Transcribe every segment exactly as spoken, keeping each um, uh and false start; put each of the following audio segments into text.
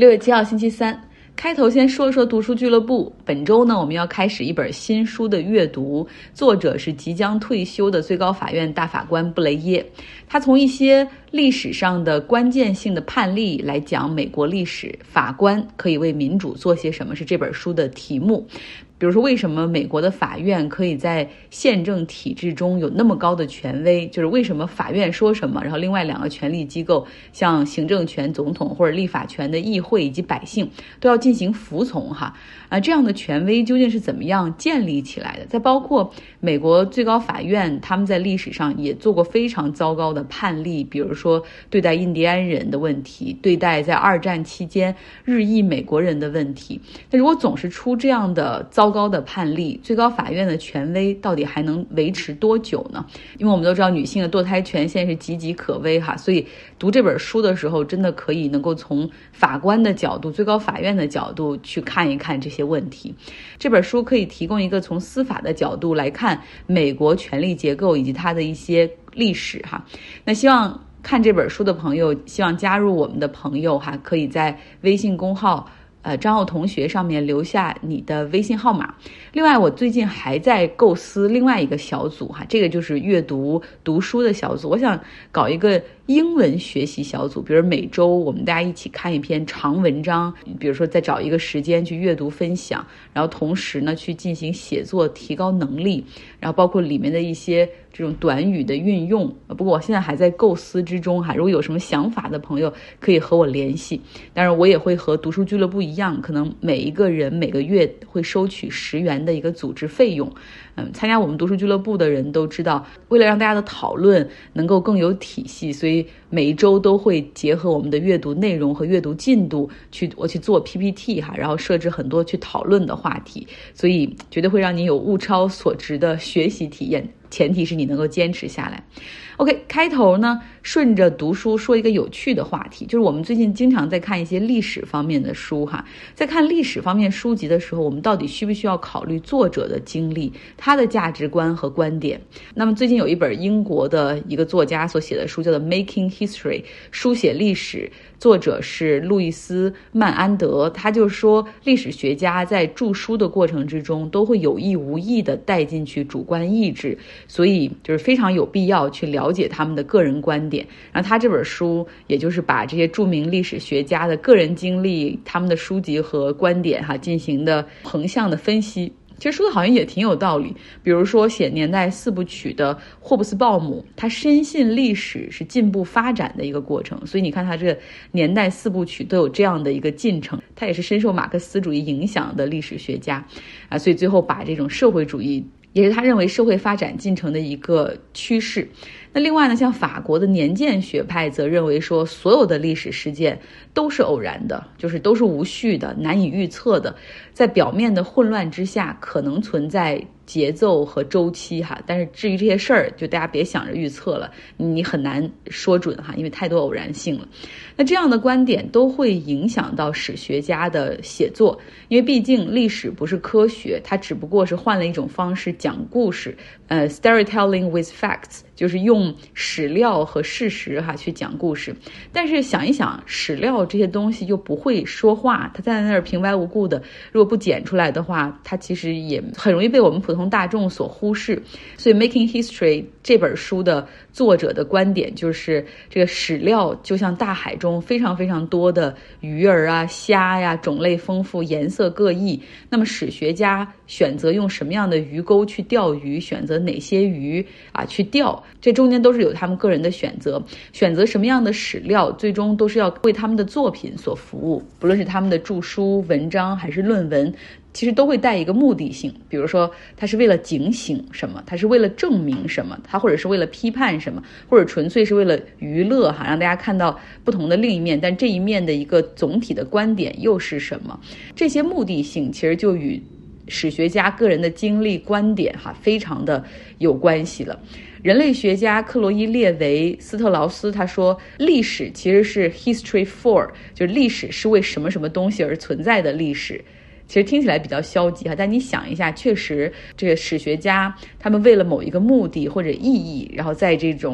六月七号星期三，开头先说说读书俱乐部。本周呢，我们要开始一本新书的阅读，作者是即将退休的最高法院大法官布雷耶。他从一些历史上的关键性的判例来讲美国历史，法官可以为民主做些什么，是这本书的题目。比如说，为什么美国的法院可以在宪政体制中有那么高的权威？就是为什么法院说什么，然后另外两个权力机构，像行政权、总统或者立法权的议会以及百姓，都要进行服从哈啊，这样的权威究竟是怎么样建立起来的？再包括美国最高法院，他们在历史上也做过非常糟糕的判例，比如说对待印第安人的问题，对待在二战期间日裔美国人的问题。那如果总是出这样的糟高的判例，最高法院的权威到底还能维持多久呢？因为我们都知道女性的堕胎权现在是岌岌可危哈，所以读这本书的时候，真的可以能够从法官的角度、最高法院的角度去看一看这些问题。这本书可以提供一个从司法的角度来看美国权力结构以及它的一些历史哈。那希望看这本书的朋友，希望加入我们的朋友哈，可以在微信公号呃，张奥同学上面留下你的微信号码。另外，我最近还在构思另外一个小组哈，这个就是阅读读书的小组。我想搞一个英文学习小组，比如每周我们大家一起看一篇长文章，比如说再找一个时间去阅读分享，然后同时呢去进行写作，提高能力，然后包括里面的一些这种短语的运用。不过我现在还在构思之中哈，如果有什么想法的朋友可以和我联系。当然我也会和读书俱乐部一样，可能每一个人每个月会收取十元的一个组织费用。嗯，参加我们读书俱乐部的人都知道，为了让大家的讨论能够更有体系，所以每一周都会结合我们的阅读内容和阅读进度去我去做 P P T 哈，然后设置很多去讨论的话题，所以绝对会让你有物超所值的学习体验，前提是你能够坚持下来。OK， 开头呢，顺着读书说一个有趣的话题，就是我们最近经常在看一些历史方面的书哈，在看历史方面书籍的时候，我们到底需不需要考虑作者的经历、他的价值观和观点？那么最近有一本英国的一个作家所写的书，叫做 Making History， 书写历史，作者是路易斯·曼安德。他就说，历史学家在著书的过程之中，都会有意无意地带进去主观意志，所以就是非常有必要去了解他们的个人观点。然后他这本书也就是把这些著名历史学家的个人经历、他们的书籍和观点哈进行的横向的分析。其实说的好像也挺有道理，比如说写年代四部曲的霍布斯鲍姆，他深信历史是进步发展的一个过程，所以你看他这个年代四部曲都有这样的一个进程。他也是深受马克思主义影响的历史学家啊，所以最后把这种社会主义也是他认为社会发展进程的一个趋势。那另外呢，像法国的年鉴学派则认为说，所有的历史事件都是偶然的，就是都是无序的、难以预测的，在表面的混乱之下可能存在节奏和周期哈，但是至于这些事儿，就大家别想着预测了，你很难说准哈，因为太多偶然性了。那这样的观点都会影响到史学家的写作，因为毕竟历史不是科学，它只不过是换了一种方式讲故事，呃 ，storytelling with facts， 就是用史料和事实哈去讲故事。但是想一想，史料这些东西又不会说话，它在那儿平白无故的，如果不剪出来的话，它其实也很容易被我们普通大众所忽视。所以 Making History 这本书的作者的观点就是，这个史料就像大海中非常非常多的鱼儿啊、虾呀，种类丰富，颜色各异。那么史学家选择用什么样的鱼钩去钓鱼，选择哪些鱼啊去钓，这中间都是有他们个人的选择。选择什么样的史料，最终都是要为他们的作品所服务，不论是他们的著书、文章还是论文，其实都会带一个目的性，比如说它是为了警醒什么，它是为了证明什么，它或者是为了批判什么，或者纯粹是为了娱乐哈，让大家看到不同的另一面，但这一面的一个总体的观点又是什么。这些目的性其实就与史学家个人的经历观点哈非常的有关系了。人类学家克罗伊列维斯特劳斯他说，历史其实是 history for， 就是历史是为什么什么东西而存在的历史。其实听起来比较消极哈，但你想一下，确实这个史学家他们为了某一个目的或者意义，然后在这种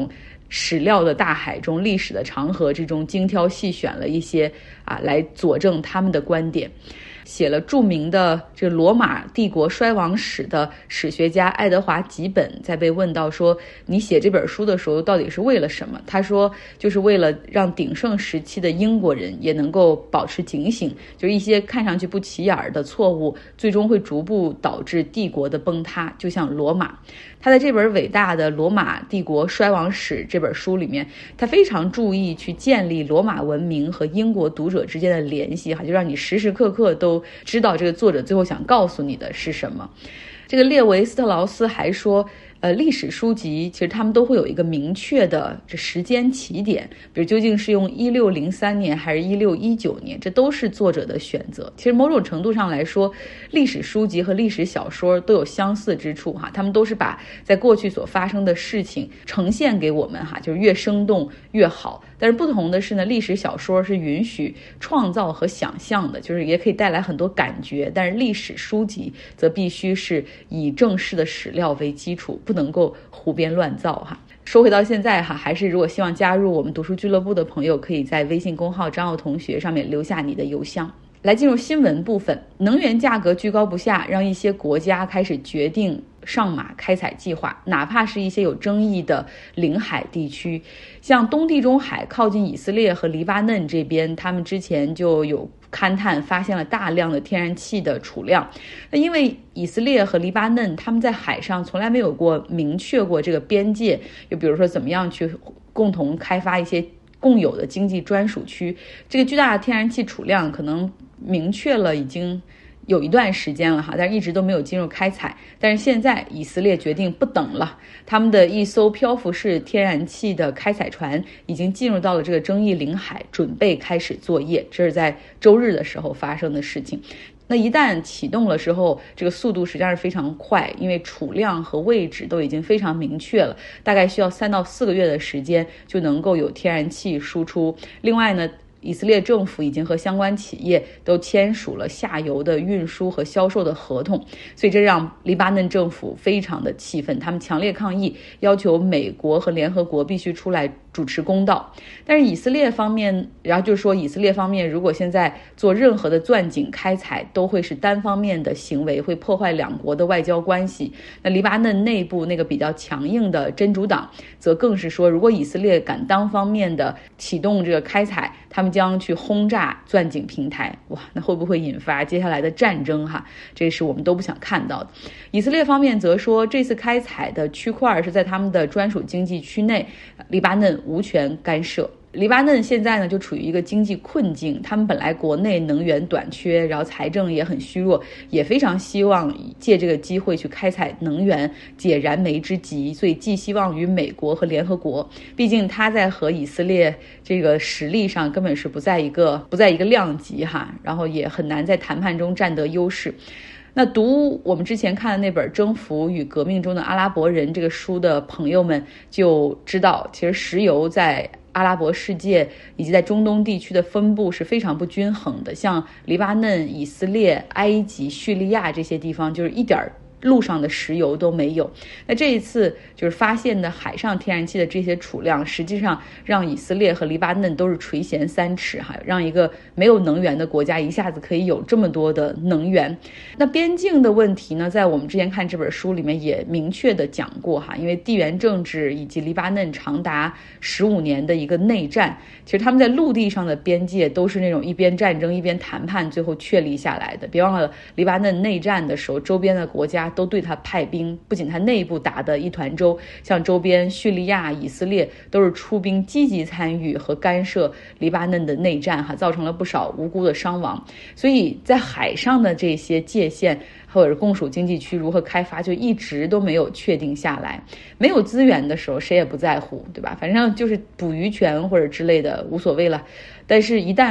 史料的大海中，历史的长河之中精挑细选了一些啊，来佐证他们的观点。写了著名的这个罗马帝国衰亡史的史学家爱德华·吉本在被问到说你写这本书的时候到底是为了什么，他说就是为了让鼎盛时期的英国人也能够保持警醒，就是一些看上去不起眼的错误最终会逐步导致帝国的崩塌，就像罗马。他在这本伟大的罗马帝国衰亡史这本书里面，他非常注意去建立罗马文明和英国读者之间的联系哈，就让你时时刻刻都知道这个作者最后想告诉你的是什么。这个列维斯特劳斯还说呃，历史书籍其实他们都会有一个明确的这时间起点，比如究竟是用一六零三年还是一六一九年，这都是作者的选择。其实某种程度上来说，历史书籍和历史小说都有相似之处哈，他们都是把在过去所发生的事情呈现给我们哈，就是越生动越好。但是不同的是呢，历史小说是允许创造和想象的，就是也可以带来很多感觉，但是历史书籍则必须是以正式的史料为基础，不能够胡编乱造哈。说回到现在哈，还是如果希望加入我们读书俱乐部的朋友，可以在微信公号张奥同学上面留下你的邮箱。来进入新闻部分，能源价格居高不下，让一些国家开始决定上马开采计划，哪怕是一些有争议的领海地区，像东地中海靠近以色列和黎巴嫩这边，他们之前就有勘探发现了大量的天然气的储量。那因为以色列和黎巴嫩他们在海上从来没有过明确过这个边界，就比如说怎么样去共同开发一些共有的经济专属区，这个巨大的天然气储量可能明确了已经有一段时间了哈，但是一直都没有进入开采。但是现在以色列决定不等了，他们的一艘漂浮式天然气的开采船已经进入到了这个争议领海，准备开始作业。这是在周日的时候发生的事情。那一旦启动了之后，这个速度实际上是非常快，因为储量和位置都已经非常明确了，大概需要三到四个月的时间就能够有天然气输出。另外呢，以色列政府已经和相关企业都签署了下游的运输和销售的合同，所以这让黎巴嫩政府非常的气愤，他们强烈抗议，要求美国和联合国必须出来主持公道。但是以色列方面，然后就是说以色列方面如果现在做任何的钻井开采都会是单方面的行为，会破坏两国的外交关系。那黎巴嫩内部那个比较强硬的真主党则更是说，如果以色列敢单方面的启动这个开采，他们将去轰炸钻井平台。哇，那会不会引发接下来的战争哈？这是我们都不想看到的。以色列方面则说，这次开采的区块是在他们的专属经济区内，黎巴嫩无权干涉。黎巴嫩现在呢就处于一个经济困境，他们本来国内能源短缺，然后财政也很虚弱，也非常希望借这个机会去开采能源，解燃眉之急，所以寄希望于美国和联合国。毕竟他在和以色列这个实力上根本是不在一个不在一个量级哈，然后也很难在谈判中占得优势。那读我们之前看的那本《征服与革命中的阿拉伯人》这个书的朋友们就知道，其实石油在阿拉伯世界以及在中东地区的分布是非常不均衡的，像黎巴嫩、以色列、埃及、叙利亚这些地方就是一点路上的石油都没有。那这一次就是发现的海上天然气的这些储量，实际上让以色列和黎巴嫩都是垂涎三尺哈，让一个没有能源的国家一下子可以有这么多的能源。那边境的问题呢，在我们之前看这本书里面也明确的讲过哈，因为地缘政治以及黎巴嫩长达十五年的一个内战，其实他们在陆地上的边界都是那种一边战争一边谈判最后确立下来的。别忘了黎巴嫩内战的时候，周边的国家都对他派兵，不仅他内部打得一团粥，像周边叙利亚、以色列都是出兵积极参与和干涉黎巴嫩的内战哈，造成了不少无辜的伤亡。所以在海上的这些界限或者共属经济区如何开发，就一直都没有确定下来。没有资源的时候谁也不在乎，对吧？反正就是捕鱼权或者之类的无所谓了。但是一旦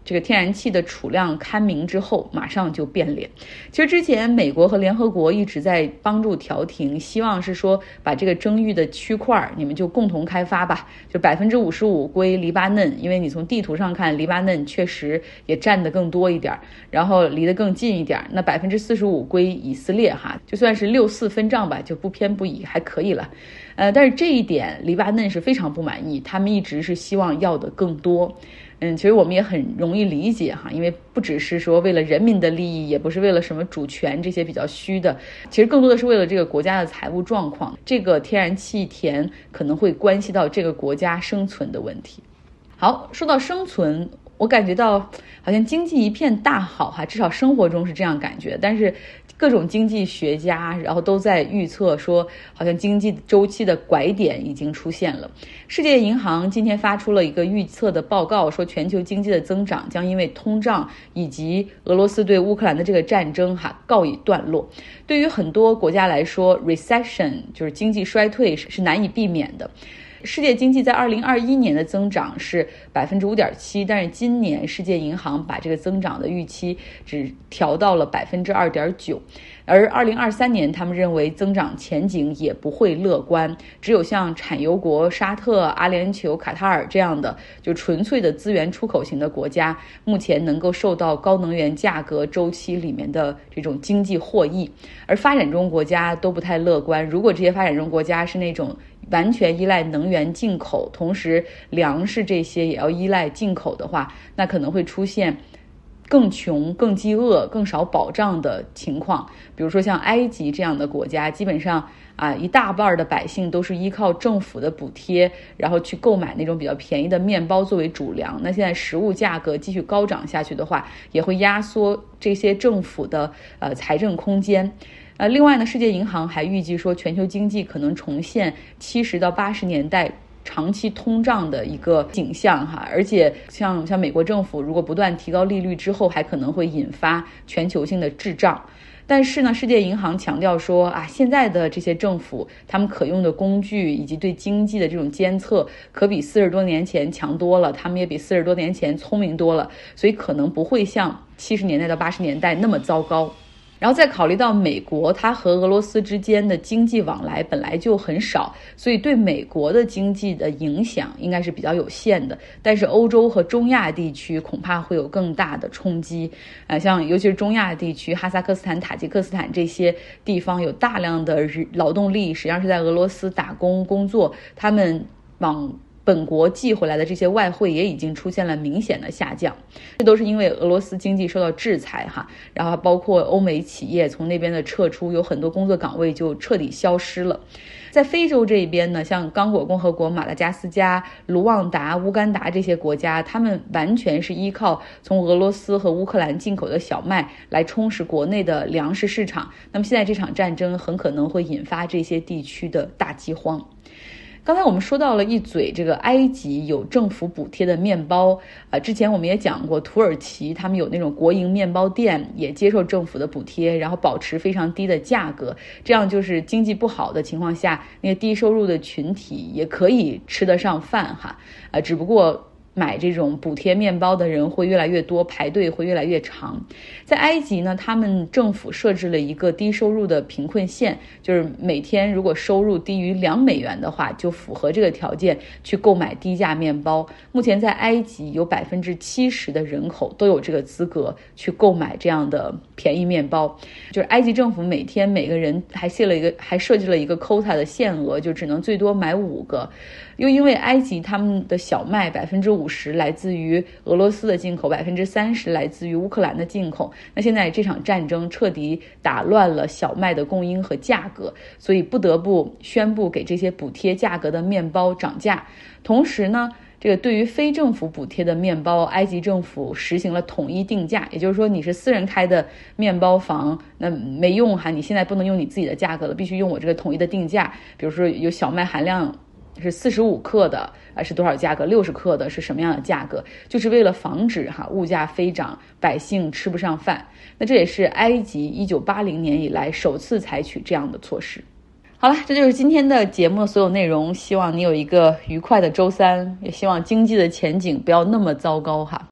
这个天然气的储量堪明之后，马上就变脸。其实之前美国和联合国一直在帮助调停，希望是说把这个争议的区块你们就共同开发吧，就百分之五十五归黎巴嫩，因为你从地图上看，黎巴嫩确实也占得更多一点，然后离得更近一点。那百分之四十五归以色列哈，就算是六四分账吧，就不偏不倚，还可以了。呃，但是这一点黎巴嫩是非常不满意，他们一直是希望要的更多。嗯，其实我们也很容易理解哈，因为不只是说为了人民的利益，也不是为了什么主权这些比较虚的，其实更多的是为了这个国家的财务状况。这个天然气田可能会关系到这个国家生存的问题。好，说到生存，我感觉到好像经济一片大好哈，至少生活中是这样感觉。但是各种经济学家然后都在预测说，好像经济周期的拐点已经出现了。世界银行今天发出了一个预测的报告，说全球经济的增长将因为通胀以及俄罗斯对乌克兰的这个战争哈告一段落。对于很多国家来说 recession 就是经济衰退是难以避免的。世界经济在二零二一年的增长是百分之五点七，但是今年世界银行把这个增长的预期只调到了百分之二点九，而二零二三年他们认为增长前景也不会乐观，只有像产油国沙特、阿联酋、卡塔尔这样的就纯粹的资源出口型的国家，目前能够受到高能源价格周期里面的这种经济获益，而发展中国家都不太乐观。如果这些发展中国家是那种完全依赖能源进口，同时粮食这些也要依赖进口的话，那可能会出现更穷、更饥饿、更少保障的情况。比如说像埃及这样的国家，基本上啊一大半的百姓都是依靠政府的补贴，然后去购买那种比较便宜的面包作为主粮。那现在食物价格继续高涨下去的话，也会压缩这些政府的呃财政空间。呃，另外呢，世界银行还预计说，全球经济可能重现七十到八十年代长期通胀的一个景象哈，而且像像美国政府如果不断提高利率之后，还可能会引发全球性的滞胀。但是呢，世界银行强调说啊，现在的这些政府他们可用的工具以及对经济的这种监测，可比四十多年前强多了，他们也比四十多年前聪明多了，所以可能不会像七十年代到八十年代那么糟糕。然后再考虑到美国它和俄罗斯之间的经济往来本来就很少，所以对美国的经济的影响应该是比较有限的，但是欧洲和中亚地区恐怕会有更大的冲击。呃，像尤其是中亚地区，哈萨克斯坦、塔吉克斯坦这些地方有大量的劳动力实际上是在俄罗斯打工工作，他们往本国寄回来的这些外汇也已经出现了明显的下降，这都是因为俄罗斯经济受到制裁哈，然后包括欧美企业从那边的撤出，有很多工作岗位就彻底消失了。在非洲这边呢，像刚果共和国、马达加斯加、卢旺达、乌干达这些国家，他们完全是依靠从俄罗斯和乌克兰进口的小麦来充实国内的粮食市场。那么现在这场战争很可能会引发这些地区的大饥荒。刚才我们说到了一嘴这个埃及有政府补贴的面包啊、呃，之前我们也讲过土耳其他们有那种国营面包店也接受政府的补贴，然后保持非常低的价格，这样就是经济不好的情况下，那些低收入的群体也可以吃得上饭哈，呃，只不过买这种补贴面包的人会越来越多，排队会越来越长。在埃及呢，他们政府设置了一个低收入的贫困线，就是每天如果收入低于两美元的话，就符合这个条件去购买低价面包。目前在埃及有百分之七十的人口都有这个资格去购买这样的便宜面包。就是埃及政府每天每个人还设了一个还设置了一个 quota 的限额，就只能最多买五个。又因为埃及他们的小麦百分之五十来自于俄罗斯的进口，百分之三十来自于乌克兰的进口。那现在这场战争彻底打乱了小麦的供应和价格，所以不得不宣布给这些补贴价格的面包涨价。同时呢，这个对于非政府补贴的面包，埃及政府实行了统一定价，也就是说你是私人开的面包房，那没用哈，你现在不能用你自己的价格了，必须用我这个统一的定价。比如说有小麦含量是四十五克的啊，是多少价格？六十克的是什么样的价格？就是为了防止哈物价飞涨，百姓吃不上饭。那这也是埃及一九八零年以来首次采取这样的措施。好了，这就是今天的节目的所有内容。希望你有一个愉快的周三，也希望经济的前景不要那么糟糕哈。